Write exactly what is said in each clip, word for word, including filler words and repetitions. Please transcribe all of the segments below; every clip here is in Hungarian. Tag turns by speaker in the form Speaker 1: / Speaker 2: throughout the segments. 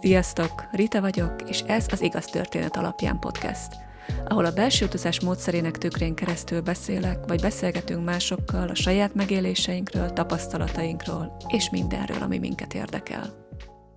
Speaker 1: Sziasztok! Rita vagyok, és ez az Igaz Történet Alapján podcast, ahol a belső utazás módszerének tükrén keresztül beszélek, vagy beszélgetünk másokkal a saját megéléseinkről, tapasztalatainkról, és mindenről, ami minket érdekel.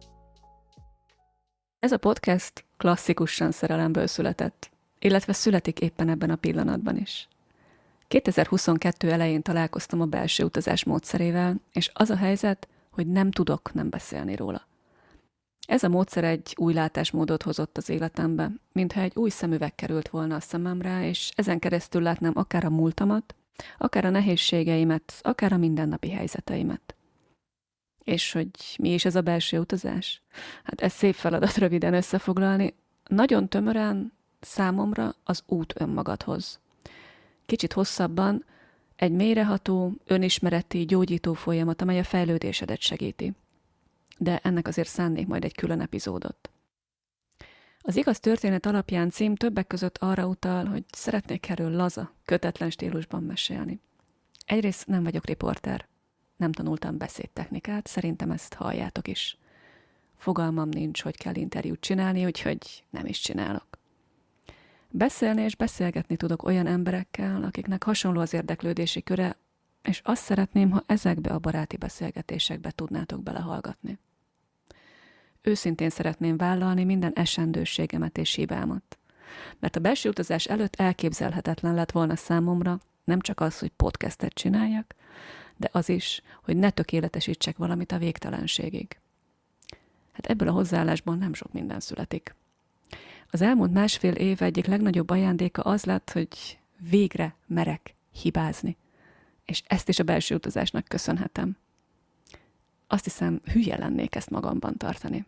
Speaker 1: Ez a podcast klasszikusan szerelemből született, illetve születik éppen ebben a pillanatban is. kétezer-huszonkettő elején találkoztam a belső utazás módszerével, és az a helyzet, hogy nem tudok nem beszélni róla. Ez a módszer egy új látásmódot hozott az életembe, mintha egy új szemüveg került volna a szememre, és ezen keresztül látnám akár a múltamat, akár a nehézségeimet, akár a mindennapi helyzeteimet. És hogy mi is ez a belső utazás? Hát ez szép feladat röviden összefoglalni. Nagyon tömören számomra az út önmagadhoz. Kicsit hosszabban egy mélyreható, önismereti, gyógyító folyamat, amely a fejlődésedet segíti. De ennek azért szánnék majd egy külön epizódot. Az Igaz Történet Alapján cím többek között arra utal, hogy szeretnék erről laza, kötetlen stílusban mesélni. Egyrészt nem vagyok riporter, nem tanultam beszédtechnikát, szerintem ezt halljátok is. Fogalmam nincs, hogy kell interjút csinálni, úgyhogy nem is csinálok. Beszélni és beszélgetni tudok olyan emberekkel, akiknek hasonló az érdeklődési köre, és azt szeretném, ha ezekbe a baráti beszélgetésekbe tudnátok belehallgatni. Őszintén szeretném vállalni minden esendőségemet és hibámat. Mert a belső utazás előtt elképzelhetetlen lett volna számomra nem csak az, hogy podcastet csináljak, de az is, hogy ne tökéletesítsek valamit a végtelenségig. Hát ebből a hozzáállásból nem sok minden születik. Az elmúlt másfél év egyik legnagyobb ajándéka az lett, hogy végre merek hibázni. És ezt is a belső utazásnak köszönhetem. Azt hiszem, hülye lennék ezt magamban tartani.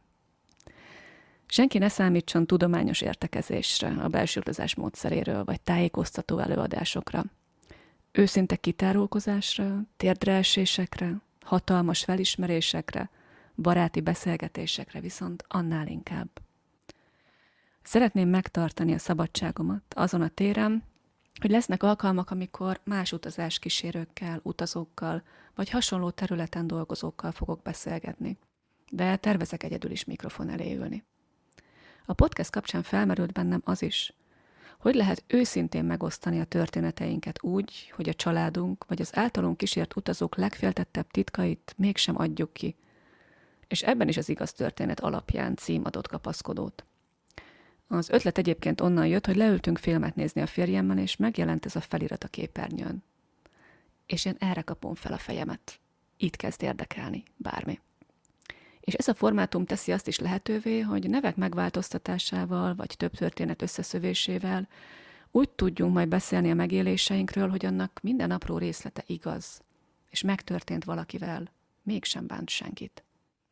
Speaker 1: Senki ne számítson tudományos értekezésre a belső utazás módszeréről, vagy tájékoztató előadásokra. Őszinte kitárulkozásra, térdreesésekre, hatalmas felismerésekre, baráti beszélgetésekre viszont annál inkább. Szeretném megtartani a szabadságomat azon a téren, hogy lesznek alkalmak, amikor más utazáskísérőkkel, utazókkal, vagy hasonló területen dolgozókkal fogok beszélgetni. De tervezek egyedül is mikrofon elé ülni. A podcast kapcsán felmerült bennem az is, hogy lehet őszintén megosztani a történeteinket úgy, hogy a családunk, vagy az általunk kísért utazók legféltettebb titkait mégsem adjuk ki. És ebben is az Igaz Történet Alapján cím adott kapaszkodót. Az ötlet egyébként onnan jött, hogy leültünk filmet nézni a férjemmel, és megjelent ez a felirat a képernyőn. És én erre kapom fel a fejemet. Itt kezd érdekelni bármi. És ez a formátum teszi azt is lehetővé, hogy nevek megváltoztatásával, vagy több történet összeszövésével úgy tudjunk majd beszélni a megéléseinkről, hogy annak minden apró részlete igaz, és megtörtént valakivel, mégsem bánt senkit.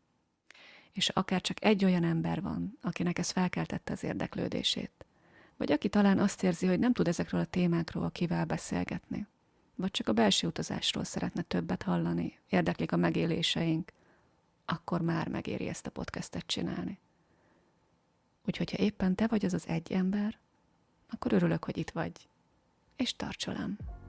Speaker 1: És akár csak egy olyan ember van, akinek ez felkeltette az érdeklődését, vagy aki talán azt érzi, hogy nem tud ezekről a témákról kivel beszélgetni, vagy csak a belső utazásról szeretne többet hallani, érdeklik a megéléseink, akkor már megéri ezt a podcastet csinálni. Úgyhogy ha éppen te vagy az az egy ember, akkor örülök, hogy itt vagy, és tarts velem!